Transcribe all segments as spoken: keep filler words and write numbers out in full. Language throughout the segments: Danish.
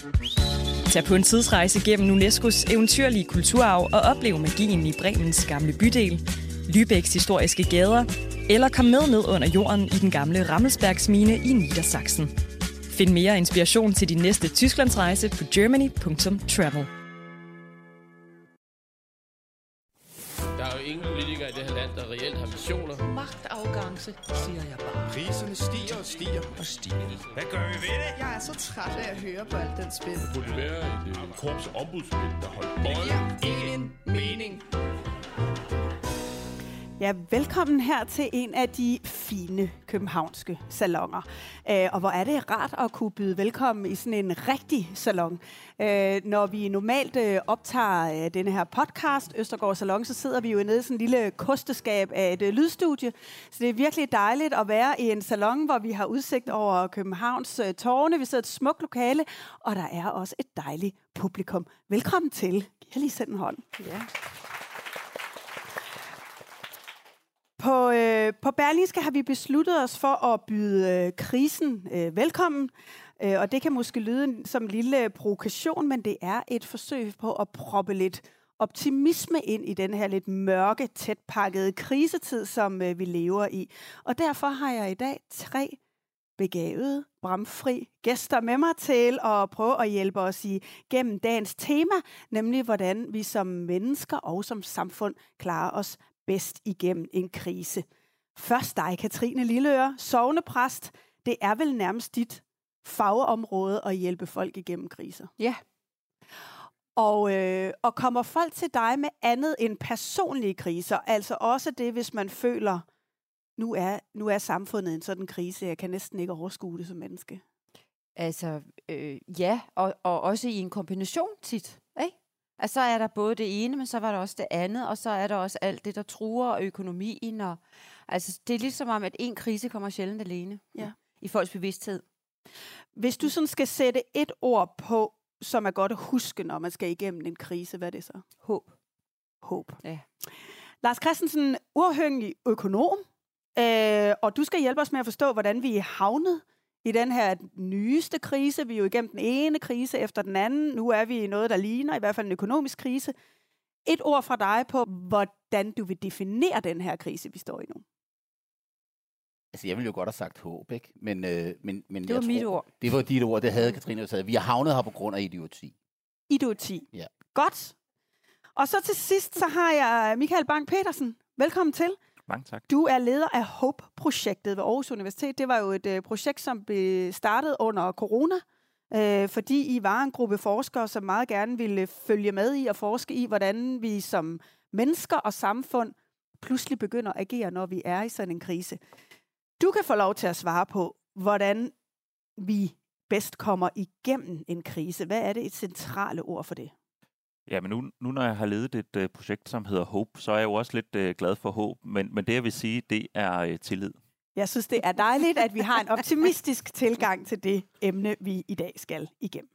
Tag på en tidsrejse gennem UNESCO's eventyrlige kulturarv og oplev magien i Bremens gamle bydel, Lübecks historiske gader, eller kom med ned under jorden i den gamle Rammelsbergsmine i Niedersachsen. Find mere inspiration til din næste Tysklandsrejse på germany punktum travel. Der er jo ingen politikere i det her land, der reelt har visioner. Magtafgangse, siger jeg bare. Priserne stiger og stiger og stiger. Hvad gør vi ved det? Jeg er så træt af at høre på alt den spil. Det burde være et uh, korps ombudsmænd, der holdt bolden. Det giver ingen mening. Ja, velkommen her til en af de fine københavnske salonger. Øh, og hvor er det rart at kunne byde velkommen i sådan en rigtig salon. Øh, når vi normalt øh, optager øh, denne her podcast, Østergaard Salon, så sidder vi jo nede i sådan en lille kosteskab af et øh, lydstudie. Så det er virkelig dejligt at være i en salon, hvor vi har udsigt over Københavns øh, tårne. Vi sidder i et smukt lokale, og der er også et dejligt publikum. Velkommen til. Jeg har lige sendt en hånd. Ja. På, øh, på Berlingske har vi besluttet os for at byde øh, krisen øh, velkommen, øh, og det kan måske lyde som en lille provokation, men det er et forsøg på at proppe lidt optimisme ind i den her lidt mørke, tætpakkede krisetid, som øh, vi lever i. Og derfor har jeg i dag tre begavede, bramfri gæster med mig til at prøve at hjælpe os igennem dagens tema, nemlig hvordan vi som mennesker og som samfund klarer os bedst igennem en krise. Først dig, Katrine Lilleøre, sognepræst. Det er vel nærmest dit fagområde at hjælpe folk igennem kriser. Ja. Og, øh, og kommer folk til dig med andet end personlige kriser, altså også det, hvis man føler, nu er, nu er samfundet en sådan krise, jeg kan næsten ikke overskue det som menneske. Altså, øh, ja, og, og også i en kombination tit, ikke? Altså, så er der både det ene, men så var der også det andet, og så er der også alt det, der truer og økonomien. Og, altså, det er ligesom om, at en krise kommer sjældent alene ja. i folks bevidsthed. Hvis du sådan skal sætte et ord på, som er godt at huske, når man skal igennem en krise, hvad er det så? Håb. Håb. Ja. Lars Christensen, uafhængig økonom, øh, og du skal hjælpe os med at forstå, hvordan vi er havnet i den her nyeste krise. Vi er jo igennem den ene krise efter den anden. Nu er vi i noget, der ligner, i hvert fald en økonomisk krise. Et ord fra dig på, hvordan du vil definere den her krise, vi står i nu. Altså, jeg ville jo godt have sagt håb, ikke? Men, øh, men, men det jeg var tror, mit ord. Det var dit ord, det havde Katrine jo sagt. Vi har havnet her på grund af idioti. Idioti. Ja. Godt. Og så til sidst, så har jeg Michael Bang-Petersen. Velkommen til. Mange tak. Du er leder af HOPE-projektet ved Aarhus Universitet. Det var jo et øh, projekt, som blev startet under corona, øh, fordi I var en gruppe forskere, som meget gerne ville følge med i og forske i, hvordan vi som mennesker og samfund pludselig begynder at agere, når vi er i sådan en krise. Du kan få lov til at svare på, hvordan vi bedst kommer igennem en krise. Hvad er det et centrale ord for det? Ja, men nu, nu når jeg har ledet et uh, projekt, som hedder HOPE, så er jeg jo også lidt uh, glad for håb, men, men det jeg vil sige, det er uh, tillid. Jeg synes, det er dejligt, at vi har en optimistisk tilgang til det emne, vi i dag skal igennem.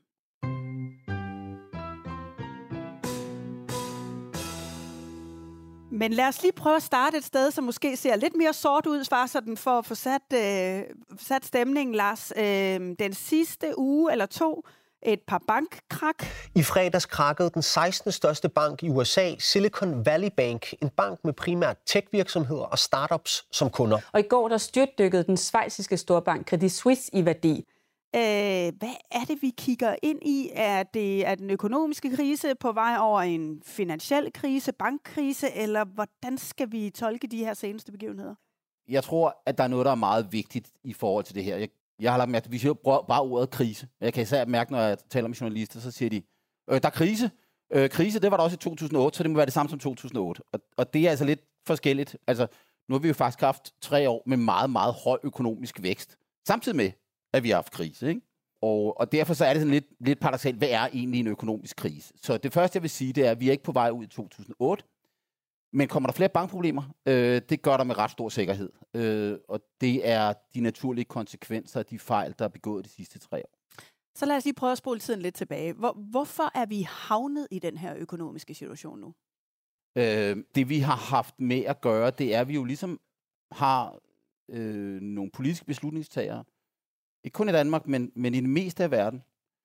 Men lad os lige prøve at starte et sted, som måske ser lidt mere sort ud, bare sådan for at få sat, øh, sat stemningen, Lars. Øh, den sidste uge eller to, et par bankkrak. I fredags krakkede den sekstende største bank i U S A, Silicon Valley Bank, en bank med primært tech-virksomheder og startups som kunder. Og i går der styrtdykkede den schweiziske storbank Credit Suisse i værdi. Øh, hvad er det, vi kigger ind i? Er det er den økonomiske krise på vej over en finansiel krise, bankkrise, eller hvordan skal vi tolke de her seneste begivenheder? Jeg tror, at der er noget, der er meget vigtigt i forhold til det her. Jeg, jeg har lagt mærke til, at vi siger bare ordet krise. Jeg kan især mærke, når jeg taler med journalister, så siger de, øh, der er krise. Øh, krise, det var der også i to tusind og otte, så det må være det samme som to tusind og otte. Og, og det er altså lidt forskelligt. Altså, nu har vi jo faktisk haft tre år med meget, meget høj økonomisk vækst. Samtidig med, at vi har haft krise, ikke? Og, og derfor så er det sådan lidt, lidt paradoksalt, hvad er egentlig en økonomisk krise? Så det første, jeg vil sige, det er, at vi er ikke på vej ud i to tusind og otte, men kommer der flere bankproblemer? Øh, det gør der med ret stor sikkerhed. Øh, og det er de naturlige konsekvenser af de fejl, der er begået de sidste tre år. Så lad os lige prøve at spole tiden lidt tilbage. Hvor, hvorfor er vi havnet i den her økonomiske situation nu? Øh, det vi har haft med at gøre, det er, at vi jo ligesom har øh, nogle politiske beslutningstagere, ikke kun i Danmark, men, men i det meste af verden,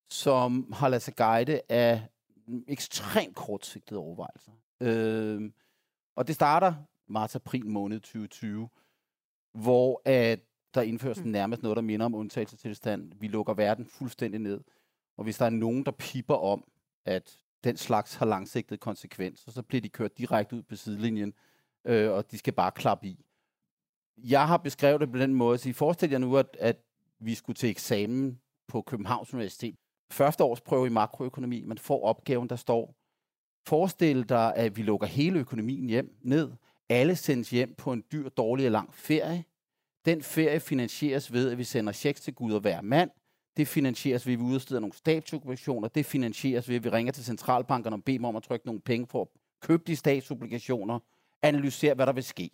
som har ladet sig guide af ekstremt kortsigtede overvejelser. Øh, og det starter marts-april måned tyve tyve, hvor at der indføres mm. nærmest noget, der minder om undtagelsestilstand. Vi lukker verden fuldstændig ned. Og hvis der er nogen, der pipper om, at den slags har langsigtede konsekvenser, så bliver de kørt direkte ud på sidelinjen, øh, og de skal bare klappe i. Jeg har beskrevet det på den måde, så forestil jer nu, at, at vi skulle til eksamen på Københavns Universitet. Første års prøve i makroøkonomi, man får opgaven, der står, forestil dig, at vi lukker hele økonomien hjem ned. Alle sendes hjem på en dyr, dårlig og lang ferie. Den ferie finansieres ved, at vi sender checks til Gud og hver mand. Det finansieres ved, at vi udsteder nogle statsobligationer. Det finansieres ved, at vi ringer til centralbankerne og beder dem om at trykke nogle penge for at købe de statsobligationer. Analysere, hvad der vil ske.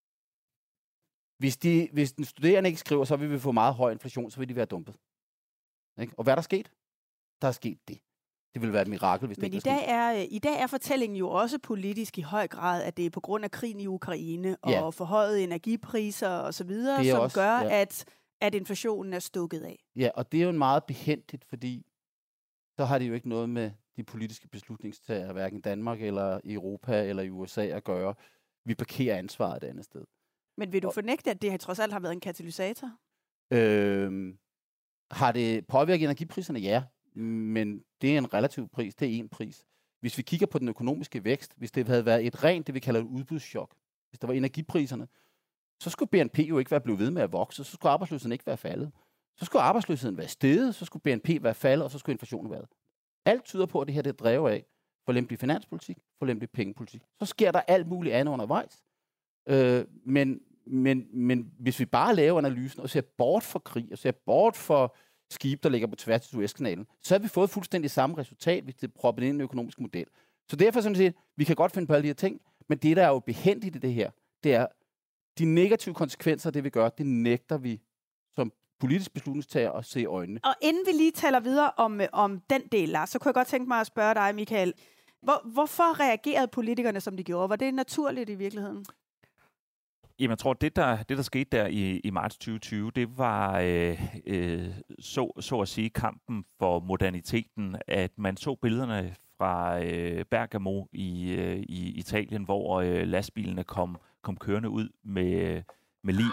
Hvis, de, hvis den studerende ikke skriver, så vil vi få meget høj inflation, så vil de være dumpet. Ikke? Og hvad er der sket? Der er sket det. Det vil være et mirakel, hvis Men det ikke er, er i dag er fortællingen jo også politisk i høj grad, at det er på grund af krigen i Ukraine og ja. forhøjede energipriser osv., som også, gør, ja. at, at inflationen er stukket af. Ja, og det er jo meget behendigt, fordi så har det jo ikke noget med de politiske beslutningstagere, hverken i Danmark eller i Europa eller i U S A at gøre. Vi parkerer ansvaret et andet sted. Men vil du fornægte, at det her trods alt har været en katalysator? Øhm, har det påvirket energipriserne? Ja. Men det er en relativ pris, det er en pris. Hvis vi kigger på den økonomiske vækst, hvis det havde været et rent, det vi kalder et udbudschok, hvis der var energipriserne, så skulle B N P jo ikke være blevet ved med at vokse, så skulle arbejdsløsheden ikke være faldet. Så skulle arbejdsløsheden være steget, så skulle B N P være faldet, og så skulle inflationen være. Alt tyder på, at det her det er drevet af forlempelig finanspolitik, forlempelig pengepolitik. Så sker der alt muligt andet undervejs. Øh, men, men, men hvis vi bare laver analysen og ser bort fra krig, og ser bort for skib, der ligger på tværs af Suezkanalen, så har vi fået fuldstændig samme resultat, hvis det er proppet ind i en økonomisk model. Så derfor sådan set, vi kan godt finde på alle de her ting, men det, der er jo behendigt i det her, det er, de negative konsekvenser af det, vi gør, det nægter vi som politisk beslutningstager at se i øjnene. Og inden vi lige taler videre om, om den del, Lars, så kunne jeg godt tænke mig at spørge dig, Michael, hvor, hvorfor reagerede politikerne, som de gjorde? Var det naturligt i virkeligheden? Jamen, jeg tror, det der, det, der skete der i, i marts tyve tyve, det var øh, øh, så, så at sige kampen for moderniteten, at man så billederne fra øh, Bergamo i, øh, i Italien, hvor øh, lastbilene kom, kom kørende ud med, med lig.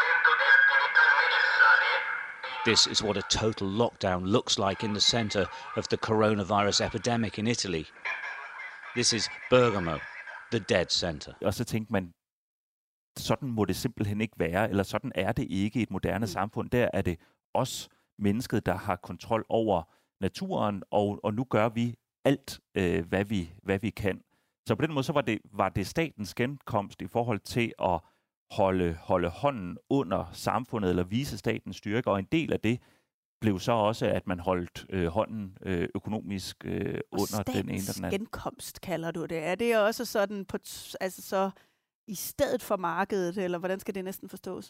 This is what a total lockdown looks like in the center of the coronavirus epidemic in Italy. This is Bergamo, the dead center. Og så tænkte man, sådan må det simpelthen ikke være, eller sådan er det ikke i et moderne mm. samfund. Der er det os, mennesket, der har kontrol over naturen, og, og nu gør vi alt, øh, hvad, vi, hvad vi kan. Så på den måde så var det, var det statens genkomst i forhold til at holde, holde hånden under samfundet, eller vise statens styrke, og en del af det blev så også, at man holdt øh, hånden øh, økonomisk øh, under den ene eller den anden. Genkomst kalder du det. Er det også sådan på t- altså så i stedet for markedet, eller hvordan skal det næsten forstås?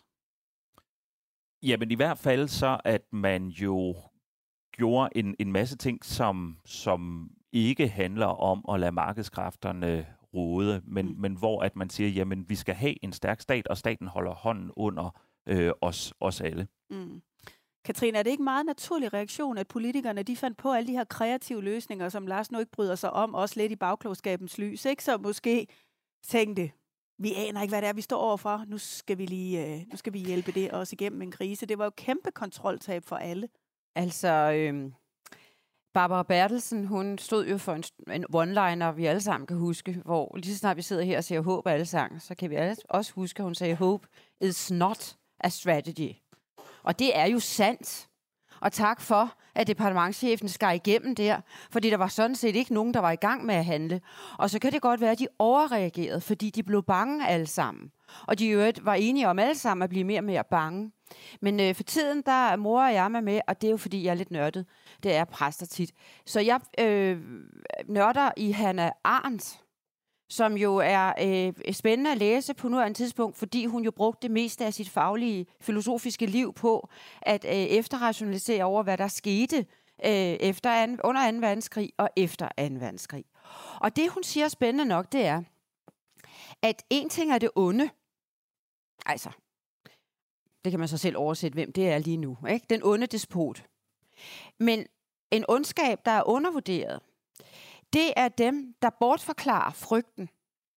Jamen i hvert fald så, at man jo gjorde en, en masse ting, som, som ikke handler om at lade markedskræfterne råde, men, mm. men hvor at man siger, jamen vi skal have en stærk stat, og staten holder hånden under øh, os, os alle. Mm. Katrine, er det ikke meget naturlig reaktion, at politikerne de fandt på alle de her kreative løsninger, som Lars nu ikke bryder sig om, også lidt i bagklogskabens lys, ikke? Så måske tænkte, vi aner ikke, hvad det er, vi står overfor. Nu skal vi lige, øh, nu skal vi hjælpe det også igennem en krise. Det var jo kæmpe kontroltab for alle. Altså, øh, Barbara Bertelsen, hun stod jo for en, en one-liner, vi alle sammen kan huske, hvor lige så snart vi sidder her og siger hope alle sammen, så kan vi alle også huske, at hun sagde, hope is not a strategy. Og det er jo sandt. Og tak for, at departementschefen skar igennem der, fordi der var sådan set ikke nogen, der var i gang med at handle. Og så kan det godt være, at de overreagerede, fordi de blev bange alle sammen. Og de jo var enige om alle sammen at blive mere og mere bange. Men øh, for tiden, der morer jeg mig med, og det er jo fordi, jeg er lidt nørdet. Det er præster tit. Så jeg øh, nørder i Hannah Arendt, som jo er øh, spændende at læse på nuværende tidspunkt, fordi hun jo brugte det meste af sit faglige, filosofiske liv på at øh, efterrationalisere over, hvad der skete øh, efter an, under anden verdenskrig og efter anden verdenskrig. Og det, hun siger spændende nok, det er, at en ting er det onde. Altså, det kan man så selv oversætte, hvem det er lige nu. Ikke? Den onde despot. Men en ondskab, der er undervurderet, det er dem, der bortforklarer frygten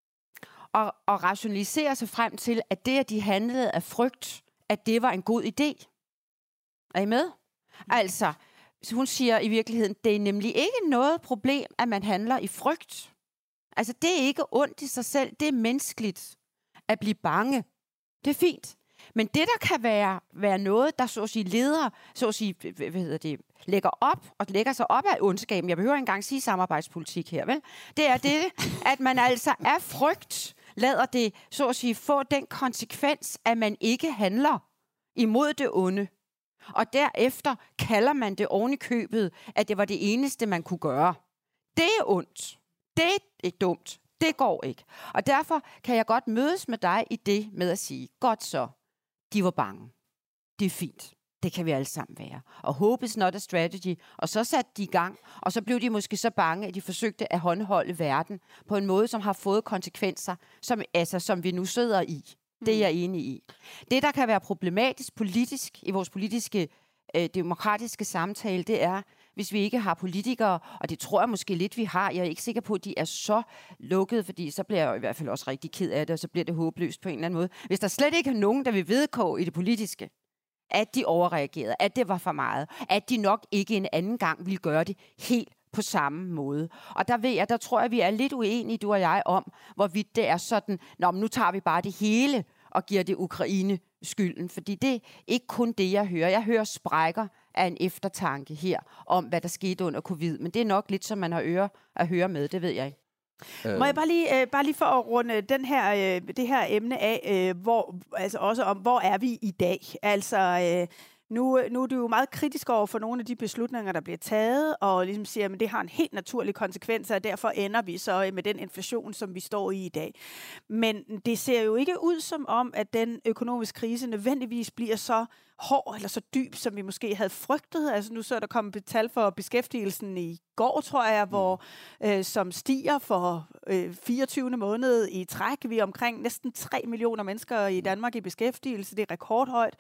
og, og rationaliserer sig frem til, at det, at de handlede af frygt, at det var en god idé. Er I med? Altså, hun siger i virkeligheden, det er nemlig ikke noget problem, at man handler i frygt. Altså, det er ikke ondt i sig selv. Det er menneskeligt at blive bange. Det er fint. Men det, der kan være, være noget, der så at sige leder, så at sige, hvad hedder det, lægger op og lægger sig op af ondskaben. Jeg behøver ikke engang sige samarbejdspolitik her, vel? Det er det, at man altså af frygt lader det, så at sige, få den konsekvens, at man ikke handler imod det onde. Og derefter kalder man det oven i købet, at det var det eneste, man kunne gøre. Det er ondt. Det er ikke dumt. Det går ikke. Og derfor kan jeg godt mødes med dig i det med at sige, godt så, de var bange. Det er fint. Det kan vi alle sammen være. Og hope is not a strategy. Og så satte de i gang, og så blev de måske så bange, at de forsøgte at håndholde verden på en måde, som har fået konsekvenser, som, altså, som vi nu sidder i. Det er jeg enig i. Det, der kan være problematisk politisk i vores politiske, øh, demokratiske samtale, det er, hvis vi ikke har politikere, og det tror jeg måske lidt, vi har. Jeg er ikke sikker på, at de er så lukkede, fordi så bliver jeg i hvert fald også rigtig ked af det, og så bliver det håbløst på en eller anden måde. Hvis der slet ikke er nogen, der vil vedgå i det politiske, at de overreagerede, at det var for meget, at de nok ikke en anden gang ville gøre det helt på samme måde. Og der ved jeg, der tror jeg, vi er lidt uenige, du og jeg, om, hvorvidt det er sådan, nå, men nu tager vi bare det hele og giver det Ukraine skylden. Fordi det er ikke kun det, jeg hører. Jeg hører sprækker af en eftertanke her om, hvad der skete under covid. Men det er nok lidt, som man har øre at høre med, det ved jeg ikke. Øh. Må jeg bare lige, øh, bare lige for at runde den her, øh, det her emne af, øh, hvor, altså også om, hvor er vi i dag? Altså, øh, nu, nu er du jo meget kritisk over for nogle af de beslutninger, der bliver taget, og ligesom siger, at det har en helt naturlig konsekvens, og derfor ender vi så med den inflation, som vi står i i dag. Men det ser jo ikke ud som om, at den økonomiske krise nødvendigvis bliver så hård eller så dyb, som vi måske havde frygtet. Altså nu så er der kommet et tal for beskæftigelsen i går, tror jeg, hvor øh, som stiger for øh, fireogtyvende måned i træk. Vi er omkring næsten tre millioner mennesker i Danmark i beskæftigelse. Det er rekordhøjt.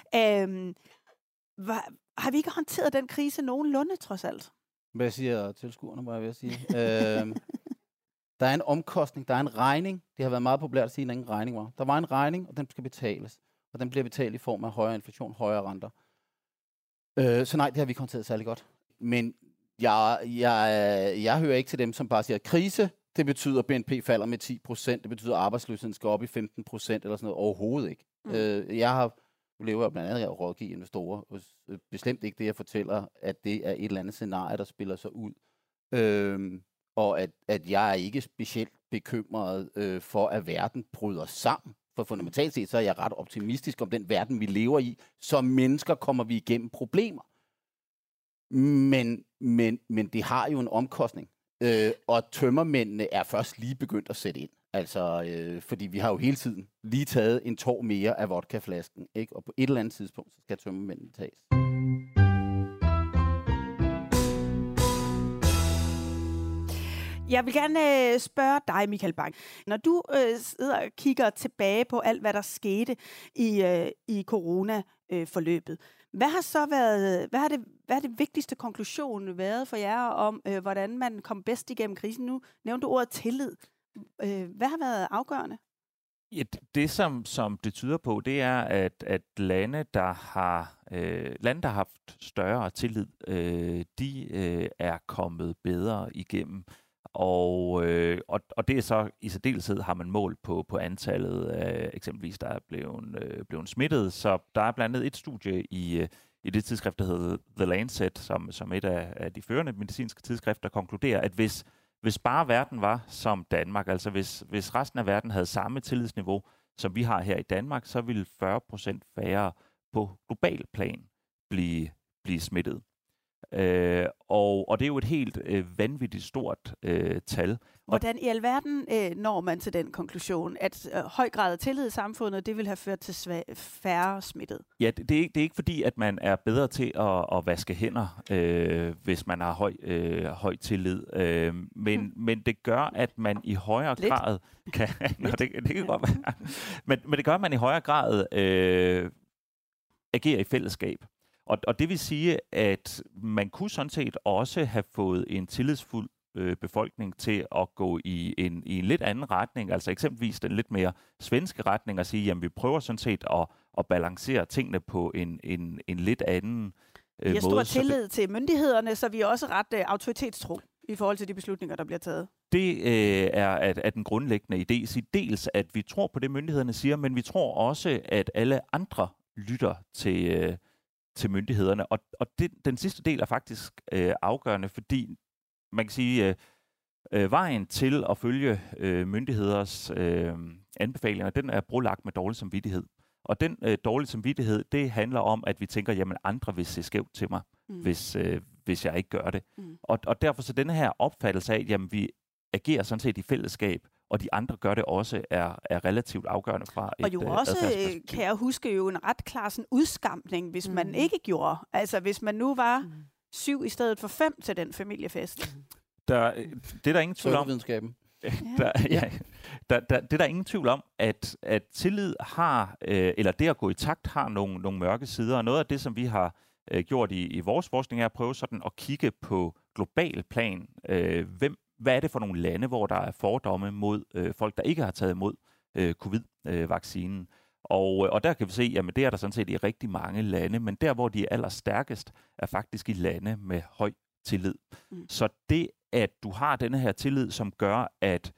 Øh, Var, har vi ikke håndteret den krise nogenlunde, trods alt? Hvad siger tilskuerne, må jeg ved at sige? øhm, der er en omkostning, der er en regning. Det har været meget populært at sige, at der ingen regning var. Der var en regning, og den skal betales. Og den bliver betalt i form af højere inflation, højere renter. Øh, så nej, det har vi ikke håndteret særlig godt. Men jeg, jeg, jeg hører ikke til dem, som bare siger, at krise, det betyder, at B N P falder med ti procent. Det betyder, at arbejdsløsheden skal op i femten procent eller sådan noget. Overhovedet ikke. Mm. Øh, jeg har Nu lever jeg blandt andet af at rådgive investorer. Bestemt ikke det, jeg fortæller, at det er et eller andet scenarie, der spiller sig ud. Øhm, og at, at jeg er ikke specielt bekymret øh, for, at verden bryder sammen. For fundamentalt set, så er jeg ret optimistisk om den verden, vi lever i. Som mennesker kommer vi igennem problemer. Men, men, men det har jo en omkostning. Øh, og tømmermændene er først lige begyndt at sætte ind. Altså, øh, fordi vi har jo hele tiden lige taget en tår mere af vodkaflasken, ikke? Og på et eller andet tidspunkt, så skal tømmermændene tages. Jeg vil gerne øh, spørge dig, Michael Bang. Når du øh, sidder og kigger tilbage på alt, hvad der skete i, øh, i corona-forløbet, hvad har så været, hvad har det, hvad har det vigtigste konklusion været for jer om, øh, hvordan man kom bedst igennem krisen? Nu nævnte du ordet tillid. Hvad har været afgørende? Ja, det, som, som det tyder på, det er, at, at lande, der har øh, lande, der har haft større tillid, øh, de øh, er kommet bedre igennem. Og, øh, og, og det er så i særdeleshed har man målt på, på antallet af eksempelvis, der er blevet, øh, blevet smittet. Så der er blandt andet et studie i, i det tidsskrift, der hedder The Lancet, som, som et af, af de førende medicinske tidsskrifter, konkluderer, at hvis Hvis bare verden var som Danmark, altså hvis, hvis resten af verden havde samme tillidsniveau, som vi har her i Danmark, så ville fyrre procent færre på global plan blive, blive smittet. Øh, og, og det er jo et helt øh, vanvittigt stort øh, tal. Hvordan i alverden øh, når man til den konklusion, at øh, høj grad af tillid i samfundet, det vil have ført til svæ- færre smittet? Ja, det, det, er ikke, det er ikke fordi, at man er bedre til at, at vaske hænder, øh, hvis man har høj, øh, høj tillid. Øh, men, hmm. men det gør, at man i højere Lidt. grad kan... Nå, det, det kan godt være. Men, men det gør, at man i højere grad øh, agerer i fællesskab. Og, og det vil sige, at man kunne sådan set også have fået en tillidsfuld øh, befolkning til at gå i en, i en lidt anden retning, altså eksempelvis den lidt mere svenske retning, og sige, jamen vi prøver sådan set at, at balancere tingene på en, en, en lidt anden øh, måde. Vi har stor måde. tillid det, til myndighederne, så vi er også ret øh, autoritetstro i forhold til de beslutninger, der bliver taget. Det øh, er at, at den grundlæggende idé. Så dels, at vi tror på det, myndighederne siger, men vi tror også, at alle andre lytter til, øh, til myndighederne. Og, og det, den sidste del er faktisk øh, afgørende, fordi man kan sige, øh, øh, vejen til at følge øh, myndigheders øh, anbefalinger, den er brolagt med dårlig samvittighed. Og den øh, dårlige samvittighed, det handler om, at vi tænker, jamen andre vil se skævt til mig, mm. hvis, øh, hvis jeg ikke gør det. Mm. Og, og derfor så denne her opfattelse af, jamen vi agerer sådan set i fællesskab, og de andre gør det også, er, er relativt afgørende fra et Og jo også, kan jeg huske, jo en ret klar sådan udskamning, hvis mm. man ikke gjorde. Altså hvis man nu var mm. syv i stedet for fem til den familiefest. Der, det er der ingen tvivl om. Der, ja, der, der, det er der ingen tvivl om, at, at tillid har, øh, eller det at gå i takt, har nogle, nogle mørke sider. Og noget af det, som vi har øh, gjort i, i vores forskning, er at prøve sådan at kigge på global plan. Øh, hvem, hvad er det for nogle lande, hvor der er fordomme mod øh, folk, der ikke har taget imod øh, covid-vaccinen? Og, og der kan vi se, at det er der sådan set i rigtig mange lande, men der, hvor de er allerstærkest, er faktisk i lande med høj tillid. Mm. Så det, at du har denne her tillid, som gør, at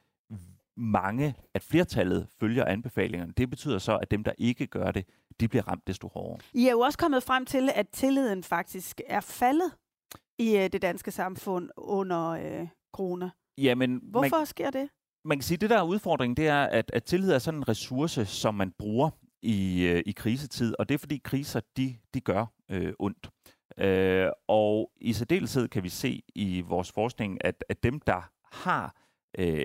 mange, at flertallet følger anbefalingerne, det betyder så, at dem, der ikke gør det, de bliver ramt desto hårdere. I er jo også kommet frem til, at tilliden faktisk er faldet i øh, det danske samfund under øh, corona. Jamen, Hvorfor man, sker det? Man kan sige, at det der er udfordringen, det er, at, at tillid er sådan en ressource, som man bruger i, øh, i krisetid, og det er fordi kriser, de, de gør øh, ondt. Øh, og i særdeleshed kan vi se i vores forskning, at, at dem, der har øh,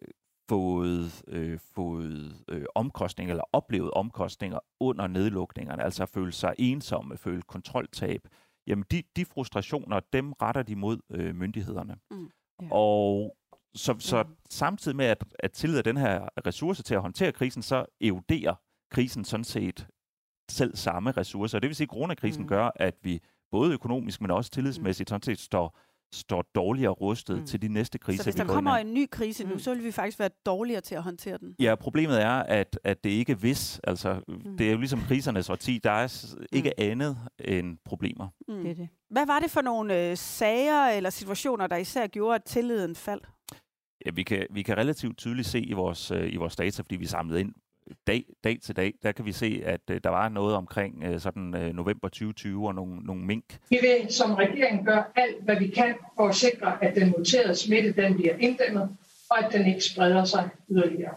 fået, øh, fået øh, omkostninger eller oplevet omkostninger under nedlukningerne, altså føle sig ensomme, føle kontroltab, jamen de, de frustrationer, dem retter de mod øh, myndighederne. Mm. Yeah. Og så, så mm. samtidig med, at, at tillid er den her ressource til at håndtere krisen, så eroderer krisen sådan set selv samme ressourcer. Det vil sige, at coronakrisen mm. gør, at vi både økonomisk, men også tillidsmæssigt sådan set står, står dårligere rustet mm. til de næste kriser. Så hvis der kommer en ny krise nu, mm. så vil vi faktisk være dårligere til at håndtere den? Ja, problemet er, at, at det ikke er hvis. Altså, mm. det er jo ligesom krisernes årti. Der er ikke mm. andet end problemer. Mm. Det er det. Hvad var det for nogle øh, sager eller situationer, der især gjorde, at tilliden faldt? Ja, vi kan, vi kan relativt tydeligt se i vores, øh, i vores data, fordi vi samlede ind Dag, dag til dag, der kan vi se, at uh, der var noget omkring uh, sådan uh, november tyve tyve og nogle, nogle mink. Vi vil som regering gøre alt, hvad vi kan for at sikre, at den muterede smitte den bliver inddæmmet, og at den ikke spreder sig yderligere.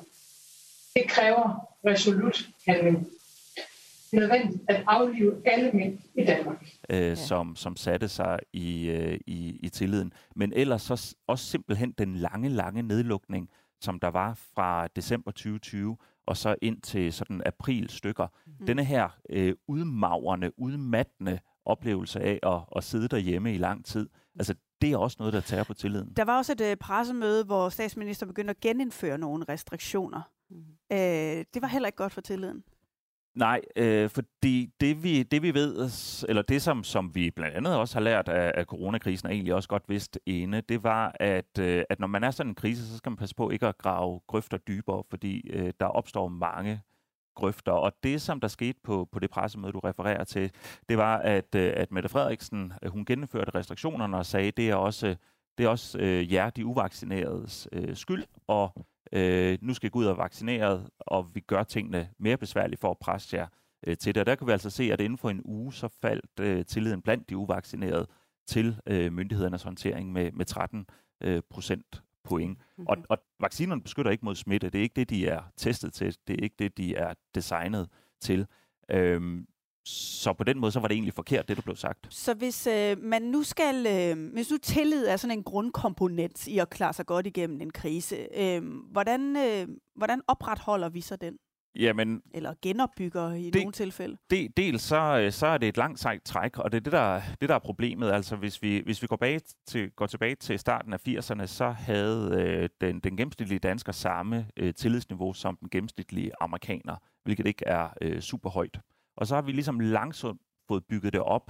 Det kræver resolut handling. Det er nødvendigt at aflive alle mink i Danmark. Uh, ja. som, som satte sig i, uh, i, i tilliden. Men ellers så også simpelthen den lange, lange nedlukning, som der var fra december tyve tyve, og så ind til sådan april stykker. Mm. Denne her øh, udmagrende, udmattende oplevelse af at, at sidde derhjemme i lang tid, altså det er også noget, der tager på tilliden. Der var også et øh, pressemøde, hvor statsminister begyndte at genindføre nogle restriktioner. Mm. Øh, det var heller ikke godt for tilliden. Nej, øh, fordi det vi, det vi ved, eller det som, som vi blandt andet også har lært af, af coronakrisen, og egentlig også godt vidst ene, det var, at, øh, at når man er sådan en krise, så skal man passe på ikke at grave grøfter dybere, fordi øh, der opstår mange grøfter. Og det, som der skete på, på det pressemøde, du refererer til, det var, at, øh, at Mette Frederiksen, hun gennemførte restriktionerne og sagde, det er også, det er også øh, jer, de uvaccineredes øh, skyld, og Øh, nu skal I gå ud og vaccineret, og vi gør tingene mere besværlige for at presse jer øh, til det. Og der kan vi altså se, at inden for en uge, så faldt øh, tilliden blandt de uvaccinerede til øh, myndighedernes håndtering med, med tretten øh, procent point. Mm-hmm. Og, og vaccinerne beskytter ikke mod smitte. Det er ikke det, de er testet til. Det er ikke det, de er designet til. Øhm, Så på den måde, så var det egentlig forkert, det der blev sagt. Så hvis øh, man nu skal, øh, hvis nu tillid er sådan en grundkomponent i at klare sig godt igennem en krise, øh, hvordan, øh, hvordan opretholder vi så den? Jamen, eller genopbygger i det, nogle tilfælde? Det, dels så, så er det et langt sejt træk, og det er det, der, det, der er problemet. Altså, hvis vi, hvis vi går, bag til, går tilbage til starten af firserne, så havde øh, den, den gennemsnitlige dansker samme øh, tillidsniveau som den gennemsnitlige amerikaner, hvilket ikke er øh, super højt. Og så har vi ligesom langsomt fået bygget det op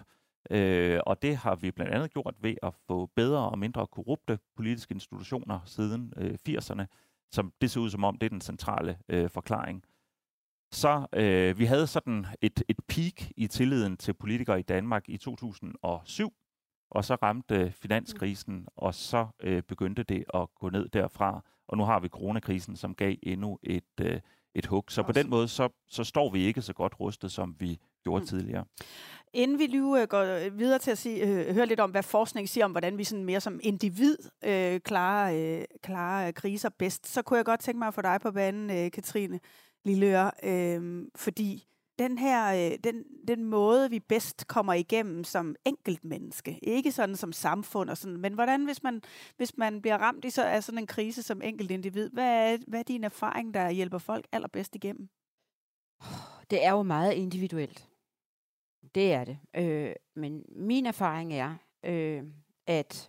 Øh, og det har vi blandt andet gjort ved at få bedre og mindre korrupte politiske institutioner siden øh, firserne, som det ser ud som om, det er den centrale øh, forklaring. Så øh, vi havde sådan et, et peak i tilliden til politikere i Danmark i to tusind og syv, og så ramte finanskrisen, og så øh, begyndte det at gå ned derfra. Og nu har vi coronakrisen, som gav endnu et, øh, et hug. Så på den måde, så, så står vi ikke så godt rustet, som vi gjorde mm. tidligere. Inden vi lige uh, går videre til at sige, uh, høre lidt om, hvad forskning siger om, hvordan vi sådan mere som individ uh, klarer, uh, klarer kriser bedst, så kunne jeg godt tænke mig at få dig på banen, uh, Katrine Lilleøre, uh, fordi den her, uh, den, den måde, vi bedst kommer igennem som enkeltmenneske, ikke sådan som samfund og sådan, men hvordan, hvis man, hvis man bliver ramt i så, af sådan en krise som enkeltindivid, hvad er, hvad er din erfaring, der hjælper folk allerbedst igennem? Det er jo meget individuelt. Det er det. Øh, men min erfaring er, øh, at,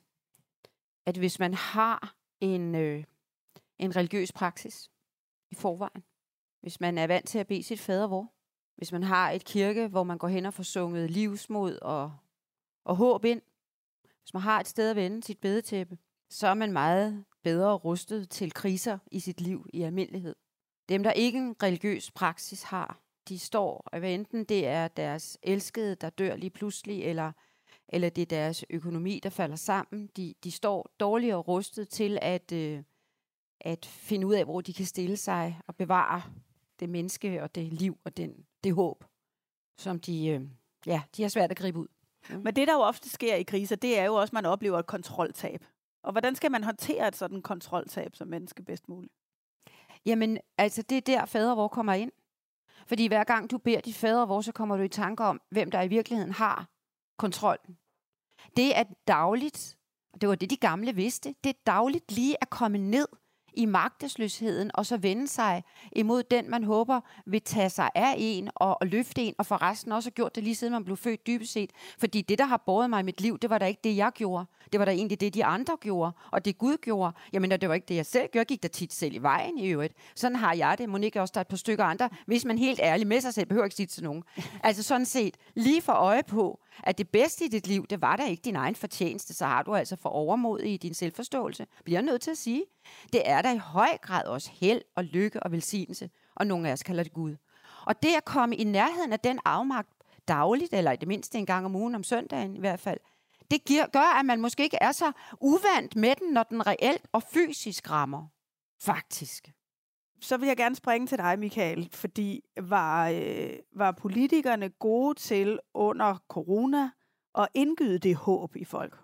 at hvis man har en, øh, en religiøs praksis i forvejen, hvis man er vant til at bede sit fadervor, hvis man har et kirke, hvor man går hen og får sunget livsmod og, og håb ind, hvis man har et sted at vende sit bedetæppe, så er man meget bedre rustet til kriser i sit liv i almindelighed. Dem, der ikke en religiøs praksis har, de står, hvad enten det er deres elskede, der dør lige pludselig, eller, eller det er deres økonomi, der falder sammen. De, de står dårligere rustet til at, øh, at finde ud af, hvor de kan stille sig og bevare det menneske og det liv og den, det håb, som de, øh, ja, de har svært at gribe ud. Mm. Men det, der jo ofte sker i kriser, det er jo også, at man oplever et kontroltab. Og hvordan skal man håndtere et sådan kontroltab som menneske bedst muligt? Jamen, altså det er der fadervor kommer ind. Fordi hver gang du beder dit fadervor, så kommer du i tanke om, hvem der i virkeligheden har kontrollen. Det er dagligt, og det var det, de gamle vidste, det er dagligt lige at komme ned i magtesløsheden, og så vende sig imod den, man håber vil tage sig af en, og, og løfte en, og for resten også har gjort det lige siden man blev født dybest set. Fordi det, der har båret mig i mit liv, det var da ikke det, jeg gjorde. Det var da egentlig det, de andre gjorde, og det Gud gjorde. Jamen, det var ikke det, jeg selv gjorde. Jeg gik da tit selv i vejen i øvrigt. Sådan har jeg det. Monique også, der er et par stykker andre. Hvis man helt ærlig med sig selv, behøver ikke sige til nogen. Altså sådan set, lige for øje på, at det bedste i dit liv, det var da ikke din egen fortjeneste, så har du altså for overmod i din selvforståelse. Bliver jeg nødt til at sige. Det er der i høj grad også held og lykke og velsignelse, og nogle af os kalder det Gud. Og det at komme i nærheden af den afmagt dagligt, eller i det mindste en gang om ugen om søndagen i hvert fald, det giver, gør, at man måske ikke er så uvant med den, når den reelt og fysisk rammer. Faktisk. Så vil jeg gerne springe til dig, Michael, fordi var, øh, var politikerne gode til under corona at indgyde det håb i folk?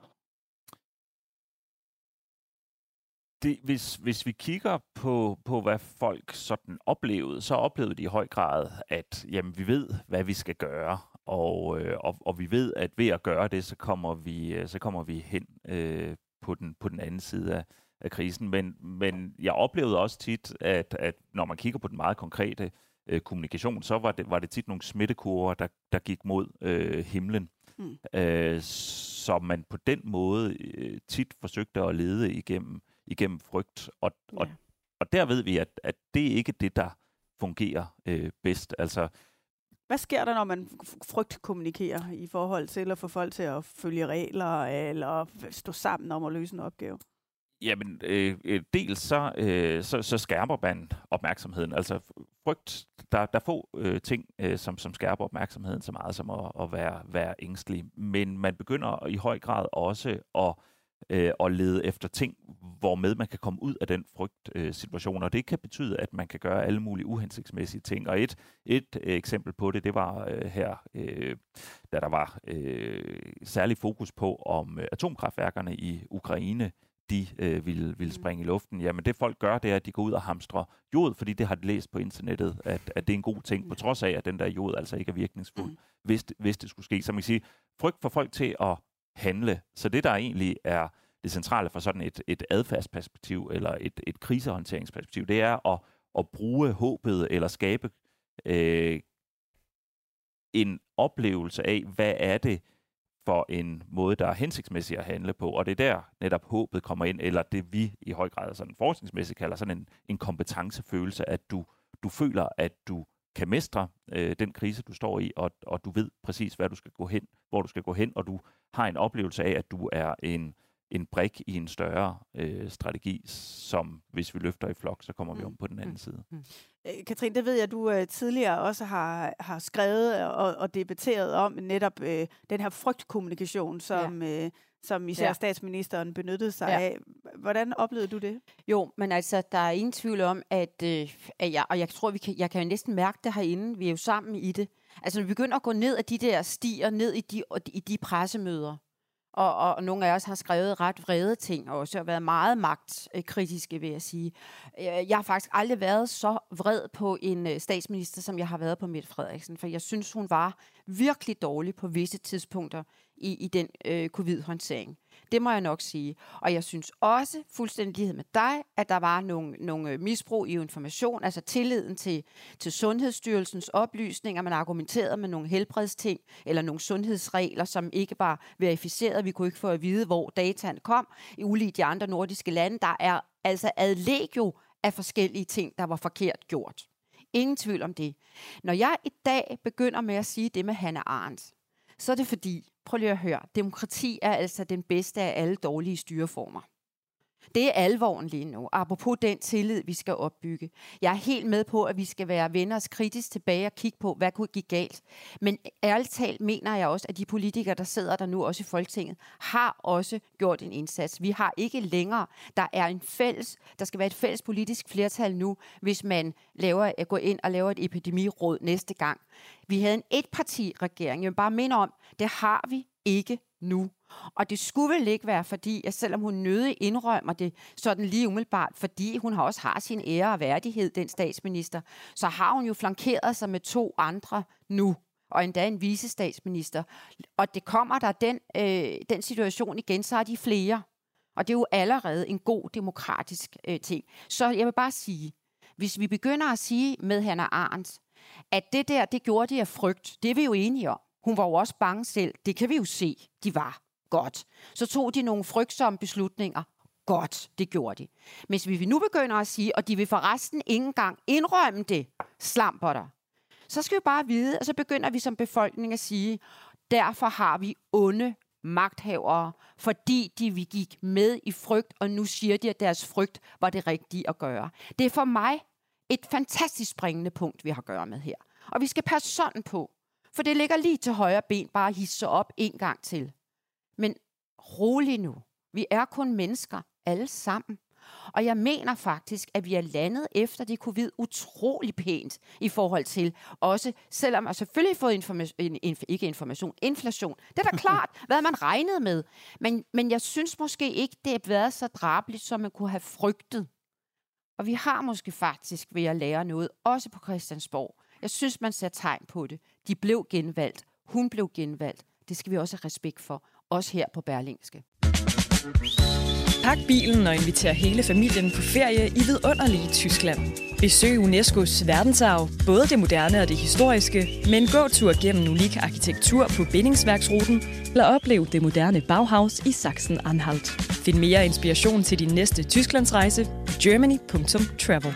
Det, hvis, hvis vi kigger på, på, hvad folk sådan oplevede, så oplevede de i høj grad, at jamen, vi ved, hvad vi skal gøre, og, øh, og, og vi ved, at ved at gøre det, så kommer vi, så kommer vi hen øh, på, den, på den anden side af, af krisen. Men, men jeg oplevede også tit, at, at når man kigger på den meget konkrete øh, kommunikation, så var det, var det tit nogle smittekurver, der, der gik mod øh, himlen. Mm. Øh, så man på den måde øh, tit forsøgte at lede igennem igennem frygt, og, ja. og, og der ved vi, at, at det ikke er det, der fungerer øh, bedst. Altså, hvad sker der, når man frygt kommunikerer i forhold til at få folk til at følge regler, eller stå sammen om at løse en opgave? Jamen, øh, dels så, øh, så, så skærper man opmærksomheden. Altså frygt, der, der er få øh, ting, øh, som, som skærper opmærksomheden så meget som at, at være, være ængstelig. Men man begynder i høj grad også at Øh, og lede efter ting, hvormed man kan komme ud af den frygtsituation. Øh, og det kan betyde, at man kan gøre alle mulige uhensigtsmæssige ting. Og et, et øh, eksempel på det, det var øh, her, øh, da der var øh, særlig fokus på, om øh, atomkraftværkerne i Ukraine, de øh, ville, ville springe i luften. Jamen det folk gør, det er, at de går ud og hamstrer jod, fordi det har de læst på internettet, at, at det er en god ting, på trods af, at den der jod altså ikke er virkningsfuld, hvis, hvis det skulle ske. Så man kan sige, frygt for folk til at handle. Så det, der egentlig er det centrale for sådan et, et adfærdsperspektiv eller et, et krisehåndteringsperspektiv, det er at, at bruge håbet eller skabe øh, en oplevelse af, hvad er det for en måde, der er hensigtsmæssig at handle på. Og det er der netop håbet kommer ind, eller det vi i høj grad sådan forskningsmæssigt kalder sådan en, en kompetencefølelse, at du, du føler, at du kan mestre øh, den krise, du står i, og, og du ved præcis, hvad du skal gå hen, hvor du skal gå hen, og du har en oplevelse af, at du er en, en brik i en større øh, strategi, som hvis vi løfter i flok, så kommer vi om på den anden side. Mm. Katrine, det ved jeg, at du øh, tidligere også har, har skrevet og, og debatteret om netop øh, den her frygtkommunikation, som, ja. øh, som især ja. statsministeren benyttede sig ja. af. Hvordan oplevede du det? Jo, men altså, der er ingen tvivl om, at, øh, at jeg, og jeg tror, vi kan, jeg kan jo næsten mærke det herinde, vi er jo sammen i det. Altså, når vi begynder at gå ned af de der stier, ned i de, i de pressemøder, Og, og, og nogle af os har skrevet ret vrede ting, og også har været meget magtkritiske, vil jeg sige. Jeg har faktisk aldrig været så vred på en statsminister, som jeg har været på Mette Frederiksen, for jeg synes, hun var virkelig dårlig på visse tidspunkter i, i den øh, covid-håndtering. Det må jeg nok sige. Og jeg synes også, fuldstændighed med dig, at der var nogle, nogle misbrug i information, altså tilliden til, til Sundhedsstyrelsens oplysninger. Man argumenterede med nogle helbredsting, eller nogle sundhedsregler, som ikke var verificeret. Vi kunne ikke få at vide, hvor dataen kom. I ulige de andre nordiske lande, der er altså adlegio af forskellige ting, der var forkert gjort. Ingen tvivl om det. Når jeg i dag begynder med at sige det med Hannah Arendt, så er det fordi, prøv lige at høre, demokrati er altså den bedste af alle dårlige styreformer. Det er alvoren lige nu, apropos den tillid, vi skal opbygge. Jeg er helt med på, at vi skal være venner os kritisk tilbage og kigge på, hvad kunne gik galt. Men ærligt talt mener jeg også, at de politikere, der sidder der nu også i Folketinget, har også gjort en indsats. Vi har ikke længere, der er en fælles, der skal være et fælles politisk flertal nu, hvis man laver, går ind og laver et epidemiråd næste gang. Vi havde en etparti-regering. Jeg vil bare minde om, det har vi ikke nu. Og det skulle vel ikke være, fordi, at selvom hun nødig indrømmer det sådan lige umiddelbart, fordi hun også har sin ære og værdighed, den statsminister, så har hun jo flankeret sig med to andre nu, og endda en vicestatsminister. Og det kommer der den, øh, den situation igen, så er de flere. Og det er jo allerede en god demokratisk øh, ting. Så jeg vil bare sige, hvis vi begynder at sige med Hannah Arendt, at det der, det gjorde de af frygt, det er vi jo enige om. Hun var jo også bange selv. Det kan vi jo se, de var. Godt. Så tog de nogle frygtsomme beslutninger. Godt, det gjorde de. Men hvis vi nu begynder at sige, og de vil forresten ikke engang indrømme det, slamper der, så skal vi bare vide, og så begynder vi som befolkning at sige, derfor har vi onde magthavere, fordi de vi gik med i frygt, og nu siger de, at deres frygt var det rigtige at gøre. Det er for mig et fantastisk springende punkt, vi har at gøre med her. Og vi skal passe sådan på, for det ligger lige til højre ben, bare at hisse sig op en gang til. Men rolig nu. Vi er kun mennesker, alle sammen. Og jeg mener faktisk, at vi er landet efter det covid utrolig pænt i forhold til også, selvom jeg selvfølgelig fået information, ikke information, inflation. Det er da klart, hvad man regnede med. Men, men jeg synes måske ikke, det har været så drabeligt, som man kunne have frygtet. Og vi har måske faktisk ved at lære noget, også på Christiansborg. Jeg synes, man ser tegn på det. De blev genvalgt. Hun blev genvalgt. Det skal vi også have respekt for. Også her på Berlingske. Pak bilen og inviter hele familien på ferie i vidunderlige Tyskland. Besøg UNESCO's verdensarv, både det moderne og det historiske, med en gåtur gennem unik arkitektur på bindingsværksruten, eller opleve det moderne Bauhaus i Sachsen-Anhalt. Find mere inspiration til din næste Tysklandsrejse på germany punktum travel.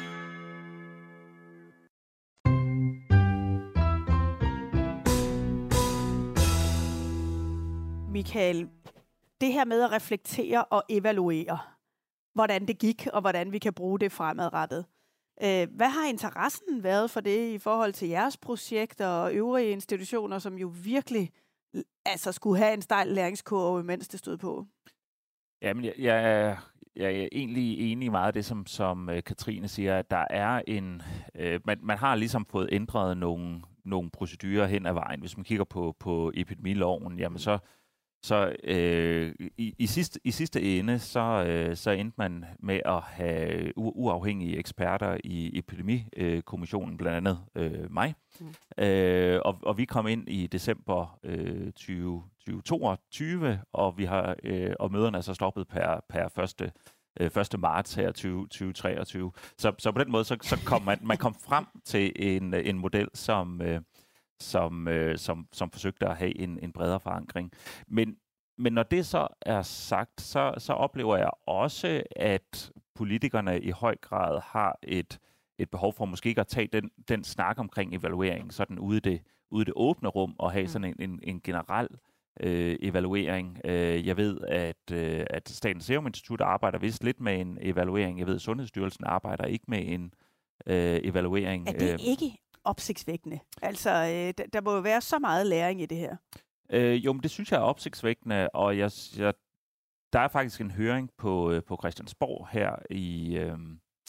Michael, det her med at reflektere og evaluere, hvordan det gik, og hvordan vi kan bruge det fremadrettet. Hvad har interessen været for det i forhold til jeres projekter og øvrige institutioner, som jo virkelig altså, skulle have en stejl læringskurve, mens det stod på? Jamen, jeg, jeg, jeg er egentlig enig i meget af det, som, som Katrine siger, at der er en... Øh, man, man har ligesom fået ændret nogle, nogle procedurer hen ad vejen. Hvis man kigger på, på epidemiloven, jamen så... Så øh, i, i, sidste, i sidste ende, så, øh, så endte man med at have u- uafhængige eksperter i epidemikommissionen, blandt andet øh, mig. Mm. Øh, og, og vi kom ind i december øh, tyve toogtyve, og, vi har, øh, og møderne er så stoppet per, per første, øh, første marts her tyve treogtyve. Så, så på den måde, så, så kom man, man kom frem til en, en model, som... Øh, Som, øh, som, som forsøgte at have en, en bredere forankring. Men, men når det så er sagt, så, så oplever jeg også, at politikerne i høj grad har et, et behov for måske ikke at tage den, den snak omkring evaluering sådan ude i det, ude i det åbne rum og have mm. sådan en, en, en generel øh, evaluering. Øh, jeg ved, at, øh, at Statens Serum Institut arbejder vist lidt med en evaluering. Jeg ved, at Sundhedsstyrelsen arbejder ikke med en øh, evaluering. Er det ikke opsigtsvækkende? Altså, øh, der må jo være så meget læring i det her. Øh, jo, men det synes jeg er opsigtsvækkende, og jeg, jeg, der er faktisk en høring på, på Christiansborg her i, øh,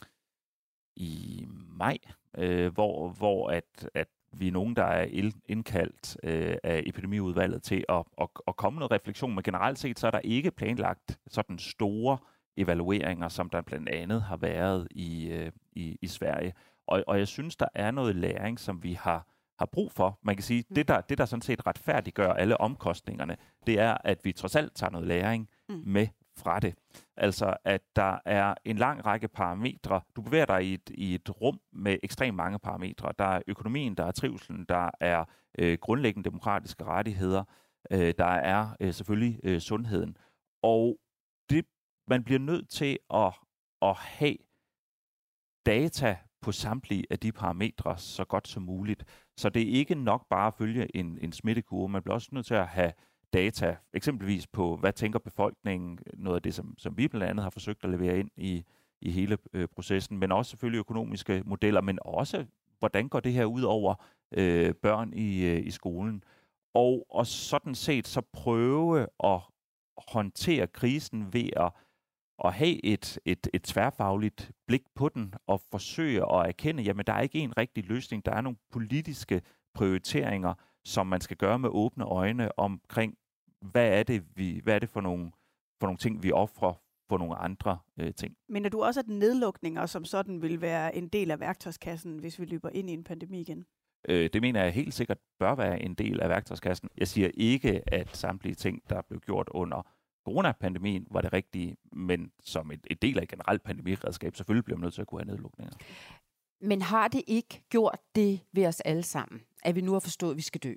i maj, øh, hvor, hvor at, at vi er nogen, der er indkaldt øh, af epidemiudvalget til at, at, at komme noget refleksion, men generelt set, så er der ikke planlagt sådan store evalueringer, som der blandt andet har været i, øh, i, i Sverige. Og, og jeg synes, der er noget læring, som vi har har brug for. Man kan sige, mm. det, der, det der sådan set retfærdiggør alle omkostningerne, det er, at vi trods alt tager noget læring mm. med fra det. Altså, at der er en lang række parametre. Du bevæger dig i et, i et rum med ekstremt mange parametre. Der er økonomien, der er trivselen, der er øh, grundlæggende demokratiske rettigheder, øh, der er øh, selvfølgelig øh, sundheden. Og det, man bliver nødt til at, at have data på samtlige af de parametre så godt som muligt. Så det er ikke nok bare at følge en, en smittekurve. Man bliver også nødt til at have data, eksempelvis på, hvad tænker befolkningen, noget af det, som, som vi blandt andet har forsøgt at levere ind i, i hele øh, processen, men også selvfølgelig økonomiske modeller, men også, hvordan går det her ud over øh, børn i, øh, i skolen. Og, og sådan set så prøve at håndtere krisen ved at at have et, et, et tværfagligt blik på den og forsøge at erkende, jamen der er ikke en rigtig løsning. Der er nogle politiske prioriteringer, som man skal gøre med åbne øjne omkring, hvad er det, vi, hvad er det for, nogle, for nogle ting, vi offrer for nogle andre øh, ting. Mener du også, at nedlukninger som sådan vil være en del af værktøjskassen, hvis vi løber ind i en pandemi igen? Øh, det mener jeg helt sikkert bør være en del af værktøjskassen. Jeg siger ikke, at samtlige ting, der blev gjort under coronapandemien var det rigtige, men som et, et del af et generelt pandemiredskab, selvfølgelig bliver man nødt til at kunne have nedlukninger. Men har det ikke gjort det ved os alle sammen, at vi nu har forstået, at vi skal dø?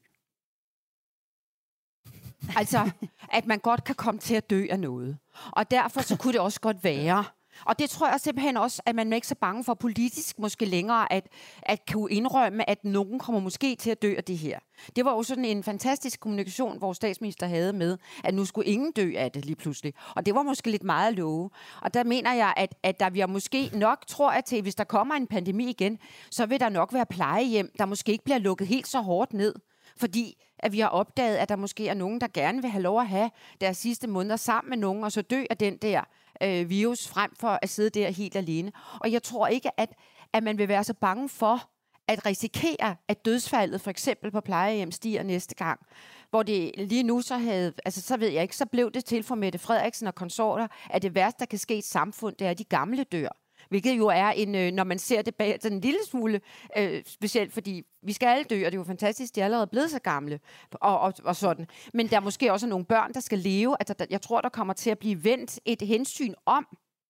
Altså, at man godt kan komme til at dø af noget. Og derfor så kunne det også godt være. Og det tror jeg simpelthen også, at man er ikke så bange for politisk måske længere, at, at kunne indrømme, at nogen kommer måske til at dø af det her. Det var jo sådan en fantastisk kommunikation, vores statsminister havde med, at nu skulle ingen dø af det lige pludselig. Og det var måske lidt meget at love. Og der mener jeg, at, at der vi måske nok, tror jeg til, hvis der kommer en pandemi igen, så vil der nok være plejehjem, der måske ikke bliver lukket helt så hårdt ned. Fordi at vi har opdaget, at der måske er nogen, der gerne vil have lov at have deres sidste måneder sammen med nogen, og så dø af den der øh, virus, frem for at sidde der helt alene. Og jeg tror ikke, at, at man vil være så bange for at risikere, at dødsfaldet for eksempel på plejehjem stiger næste gang. Hvor det lige nu så havde, altså så ved jeg ikke, så blev det til for Mette Frederiksen og konsorter, at det værste, der kan ske i et samfund, det er, at de gamle dør. Hvilket jo er, en, øh, når man ser det bag, sådan en lille smule øh, specielt, fordi vi skal alle dø, og det er jo fantastisk, de er allerede blevet så gamle, og, og, og sådan. Men der er måske også nogle børn, der skal leve. Altså, der, jeg tror, der kommer til at blive vendt et hensyn om.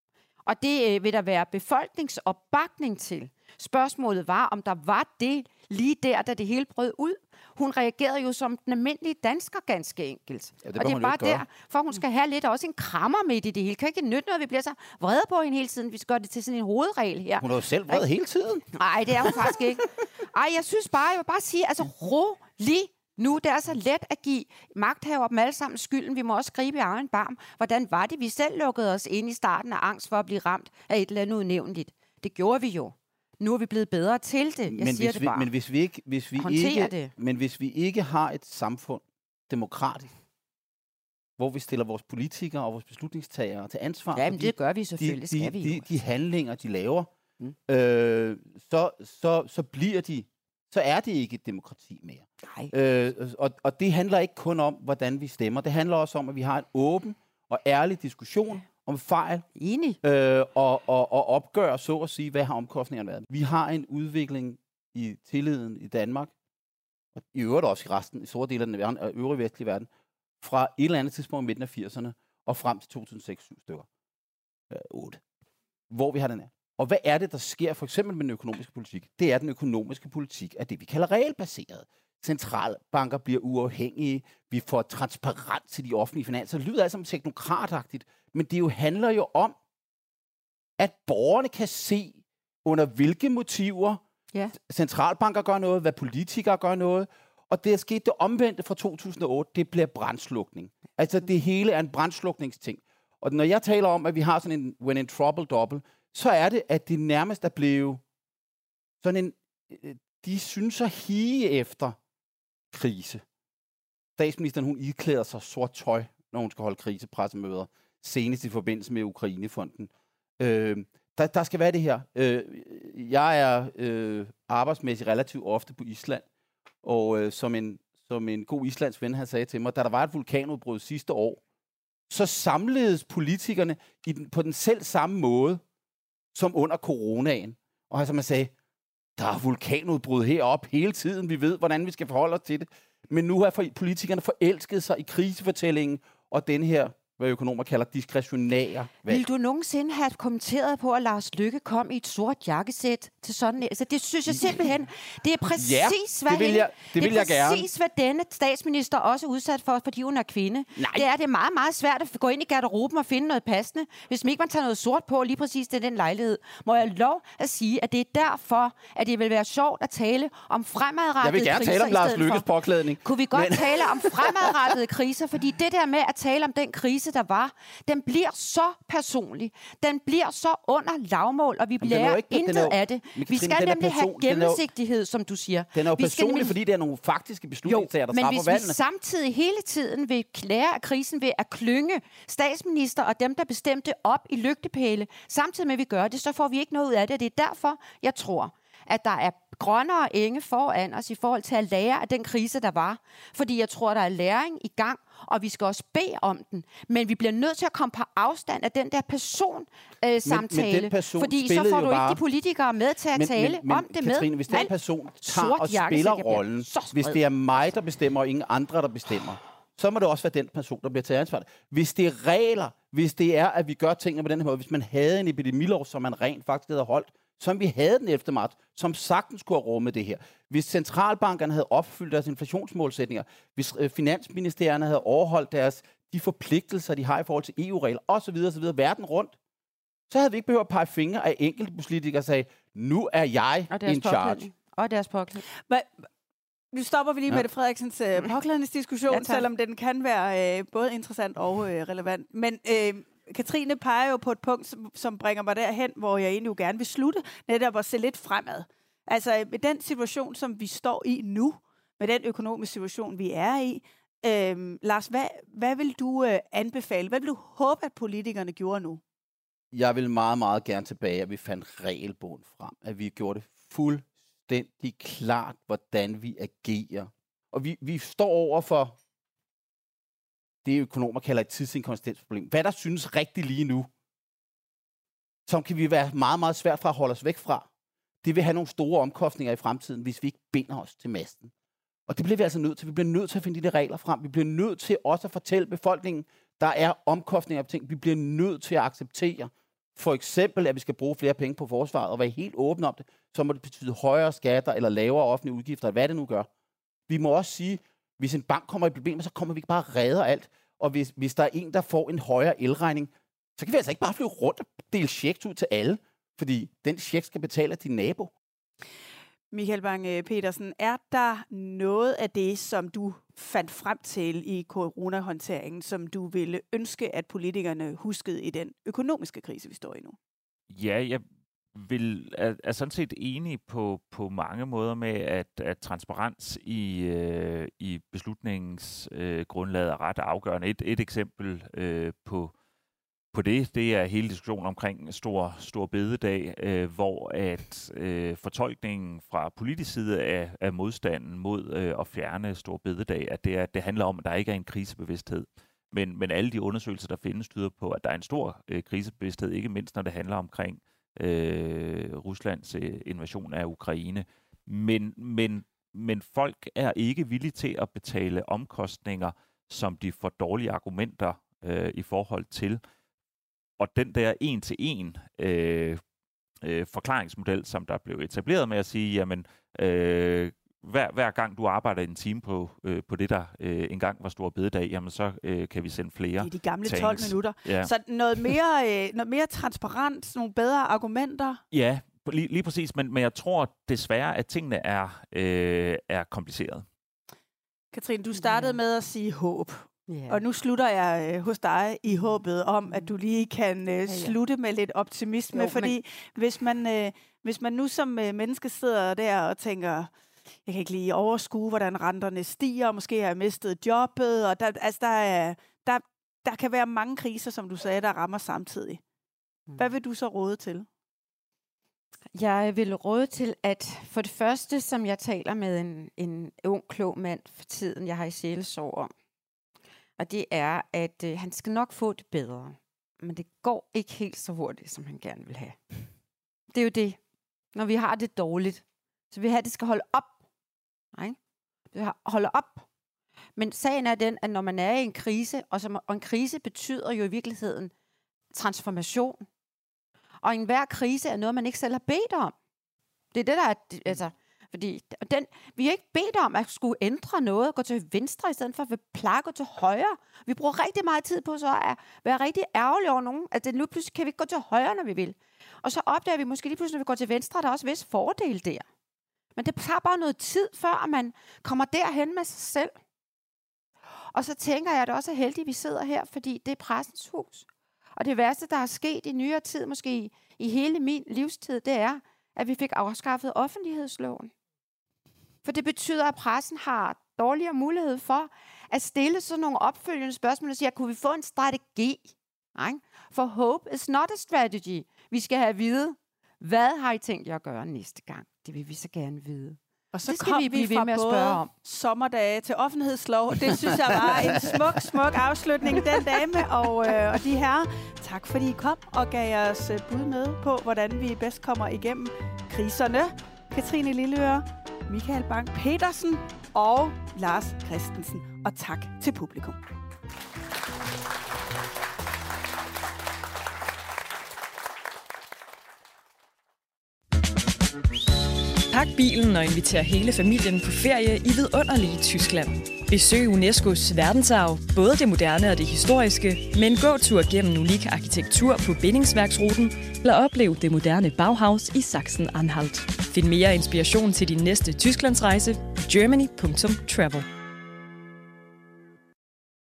Og det øh, vil der være befolkningsopbakning til. Spørgsmålet var, om der var det lige der, da det hele brød ud. Hun reagerede jo som den almindelige dansker ganske enkelt. Ja, det og det er bare der, for hun skal have lidt også en krammer midt i det hele. Kan ikke nytte noget, vi bliver så vrede på hende hele tiden. Vi skal gøre det til sådan en hovedregel her. Hun er jo selv vred hele tiden. Nej, det er hun faktisk ikke. Ej, jeg synes bare, jeg vil bare sige, altså rolig nu. Det er så let at give magthaver dem alle sammen skylden. Vi må også gribe i egen barm. Hvordan var det, vi selv lukkede os ind i starten af angst for at blive ramt af et eller andet udnævnligt? Det gjorde vi jo. Nu er vi blevet bedre til det. Jeg men siger hvis det vi, bare. Men hvis vi ikke, hvis vi ikke, det. Men hvis vi ikke har et samfund demokratisk, hvor vi stiller vores politikere og vores beslutningstagere til ansvar, ja, men det gør vi selvfølgelig. De, de, skal vi de, de handlinger, de laver, mm. øh, så, så, så bliver de, så er det ikke et demokrati mere. Nej. Øh, og, og det handler ikke kun om, hvordan vi stemmer. Det handler også om, at vi har en åben og ærlig diskussion om fejl. Enig. Øh, og, og, og opgør, så at sige, hvad har omkostningerne været. Vi har en udvikling i tilliden i Danmark, og i øvrigt også i resten, i store dele af den verden, og øvrige vestlige verden, fra et eller andet tidspunkt i midten af firserne, og frem til to tusind og seks syv stykker. Øh, otte. Hvor vi har den her. Og hvad er det, der sker for eksempel med den økonomiske politik? Det er den økonomiske politik af det, vi kalder regelbaseret. Centralbanker bliver uafhængige. Vi får transparent til de offentlige finanser. Det lyder altså som teknokratagtigt, men det jo handler jo om, at borgerne kan se under hvilke motiver ja. centralbanker gør noget, hvad politikere gør noget. Og det er sket det omvendte fra to tusind og otte, det bliver brandslukning. Altså det hele er en brandslukningsting. Og når jeg taler om, at vi har sådan en when in trouble double, så er det, at det nærmest er blevet sådan en, de synes at hige efter krise. Statsministeren, hun iklæder sig sort tøj, når hun skal holde krisepressemøder, senest i forbindelse med Ukrainefonden. Øh, der, der skal være det her. Øh, jeg er øh, arbejdsmæssigt relativt ofte på Island, og øh, som, en, som en god islandsk ven, han sagde til mig, da der var et vulkanudbrud sidste år, så samledes politikerne i den, på den selv samme måde, som under coronaen. Og som man sagde, der er vulkanudbrud heroppe hele tiden, vi ved, hvordan vi skal forholde os til det. Men nu har politikerne forelsket sig i krisefortællingen, og den her, hvad økonomer kalder diskretionære valg. Vil du nogensinde have kommenteret på, at Lars Løkke kom i et sort jakkesæt til sådan? Altså, det synes jeg simpelthen, det er præcis, ja, hvad, det vil jeg, det vil det er jeg præcis hvad denne statsminister også er udsat for, fordi hun er kvinde. Nej. Det er det er meget, meget svært at gå ind i garderoben og finde noget passende, hvis man ikke man tager noget sort på, lige præcis til den lejlighed. Må jeg lov at sige, at det er derfor, at det vil være sjovt at tale om fremadrettede kriser. Jeg vil gerne tale om Lars Løkkes påklædning. Kunne vi godt men... tale om fremadrettede kriser, fordi det der med at tale om den krise, der var, den bliver så personlig. Den bliver så under lavmål, og vi lærer ikke, intet jo, af det. Vi skal Katrine, nemlig person, have gennemsigtighed, som du siger. Den er jo vi personlig, nemlig... fordi det er nogle faktiske beslutninger, der men træffer hvis valgene. vi samtidig hele tiden vil lære af krisen ved at klynge statsminister og dem, der bestemte op i lygtepæle, samtidig med at vi gør det, så får vi ikke noget ud af det. Det er derfor, jeg tror, at der er grønnere enge foran os i forhold til at lære af den krise, der var. Fordi jeg tror, der er læring i gang, og vi skal også bede om den. Men vi bliver nødt til at komme på afstand af den der person-samtale. Øh, person fordi så får du ikke bare... de politikere med til at men, tale men, men, om det Katrine, med. hvis den person tager og spiller rollen, hvis det er mig, der bestemmer, og ingen andre, der bestemmer, så må det også være den person, der bliver taget ansvar. Hvis det er regler, hvis det er, at vi gør tingene på den her måde, hvis man havde en epidemilov, som man rent faktisk havde holdt, som vi havde den ellevte marts, som sagtens kunne have rummet det her. Hvis centralbankerne havde opfyldt deres inflationsmålsætninger, hvis øh, finansministerierne havde overholdt deres, de forpligtelser, de har i forhold til E U-regler, osv., osv., verden rundt, så havde vi ikke behøvet at pege fingre af enkelte politikere og sige, nu er jeg in charge. Og deres påklædning. Nu stopper vi lige ja. med det Frederiksens øh, påklædningsdiskussion, ja, selvom den kan være øh, både interessant og øh, relevant. Men øh, Katrine peger jo på et punkt, som, som bringer mig derhen, hvor jeg egentlig jo gerne vil slutte, netop at se lidt fremad. Altså med den situation, som vi står i nu, med den økonomiske situation, vi er i, øh, Lars, hvad, hvad vil du øh, anbefale? Hvad vil du håbe, at politikerne gjorde nu? Jeg vil meget, meget gerne tilbage, at vi fandt regelbogen frem. At vi gjorde det fuldstændig klart, hvordan vi agerer. Og vi, vi står over for det, økonomer kalder et tidsinkonsistensproblem. Hvad der synes rigtigt lige nu, som kan vi være meget, meget svært fra at holde os væk fra. Det vil have nogle store omkostninger i fremtiden, hvis vi ikke binder os til masten. Og det bliver vi altså nødt til. Vi bliver nødt til at finde de regler frem. Vi bliver nødt til også at fortælle befolkningen, der er omkostninger på ting. Vi bliver nødt til at acceptere, for eksempel, at vi skal bruge flere penge på forsvaret, og være helt åbne om det, så må det betyde højere skatter eller lavere offentlige udgifter, hvad det nu gør. Vi må også sige, hvis en bank kommer i problemer, så kommer vi ikke bare og redder alt. Og hvis, hvis der er en, der får en højere elregning, så kan vi altså ikke bare flyve rundt og dele checks ud til alle, fordi den check skal betale af din nabo. Michael Bang Petersen, er der noget af det, som du fandt frem til i coronahåndteringen, som du ville ønske, at politikerne huskede i den økonomiske krise, vi står i nu? Ja, jeg vil, er, er sådan set enig på, på mange måder med, at, at transparens i, øh, i beslutningsgrundlaget øh, er ret afgørende. Et, et eksempel øh, på, på det, det er hele diskussionen omkring stor, stor bededag, øh, hvor at øh, fortolkningen fra politisk side af, af modstanden mod øh, at fjerne stor bededag, at det, er, det handler om, at der ikke er en krisebevidsthed. Men, men alle de undersøgelser, der findes, tyder på, at der er en stor øh, krisebevidsthed, ikke mindst når det handler omkring Øh, Ruslands øh, invasion af Ukraine. Men, men, men folk er ikke villige til at betale omkostninger, som de får dårlige argumenter øh, i forhold til. Og den der en-til-en øh, øh, forklaringsmodel, som der blev etableret med at sige, jamen, øh, hver, hver gang du arbejder en time på, øh, på det, der øh, engang var stor bededag, jamen så øh, kan vi sende flere. Det er de gamle tanks. tolv minutter. Ja. Så noget mere, øh, noget mere transparent, nogle bedre argumenter? Ja, lige, lige præcis, men, men jeg tror desværre, at tingene er, øh, er komplicerede. Katrine, du startede med at sige håb. Yeah. Og nu slutter jeg øh, hos dig i håbet om, at du lige kan øh, slutte med lidt optimisme, Jo, fordi men... hvis, man, øh, hvis man nu som øh, menneske sidder der og tænker, jeg kan ikke lige overskue, hvordan renterne stiger, måske har jeg mistet jobbet, og der, altså, der, er, der, der kan være mange kriser, som du sagde, der rammer samtidig. Hvad vil du så råde til? Jeg vil råde til, at for det første, som jeg taler med en, en ung, klog mand for tiden, jeg har i sjælesorg om, og det er, at øh, han skal nok få det bedre, men det går ikke helt så hurtigt, som han gerne vil have. Det er jo det. Når vi har det dårligt, så vi har, at det skal holde op. Nej? Det holder op. Men sagen er den, at når man er i en krise, og, som, og en krise betyder jo i virkeligheden transformation. Og enhver krise er noget, man ikke selv har bedt om. Det er det, der er... Altså, fordi den, vi har ikke bedt om at skulle ændre noget, gå til venstre i stedet for at pleje gå til højre. Vi bruger rigtig meget tid på så at være rigtig ærgerlige over nogen. At det nu pludselig kan vi ikke gå til højre, når vi vil. Og så opdager vi måske lige pludselig, når vi går til venstre, der er også vis fordel der. Men det tager bare noget tid, før man kommer derhen med sig selv. Og så tænker jeg, at det også er heldigt, at vi sidder her, fordi det er Pressens Hus. Og det værste, der er sket i nyere tid, måske i, i hele min livstid, det er, at vi fik afskaffet offentlighedsloven. For det betyder, at pressen har dårligere mulighed for at stille sådan nogle opfølgende spørgsmål og sige, kunne vi få en strategi? Nej? For hope is not a strategy. Vi skal have at vide, hvad har I tænkt jer at gøre næste gang? Det vil vi så gerne vide. Og så det skal kom vi blive vi ved med at spørge om. Sommerdage til offentlighedslov. Det synes jeg var en smuk, smuk afslutning, den dame og, øh, og de herrer. Tak fordi I kom og gav jeres bud med på, hvordan vi bedst kommer igennem kriserne. Katrine Lilleøre, Michael Bang-Petersen og Lars Christensen. Og tak til publikum. Pak bilen og inviter hele familien på ferie i vidunderlige Tyskland. Besøg UNESCO's verdensarv, både det moderne og det historiske, med en gåtur gennem unik arkitektur på bindingsværksruten, eller oplev det moderne Bauhaus i Sachsen-Anhalt. Find mere inspiration til din næste Tysklandsrejse på germany punktum travel.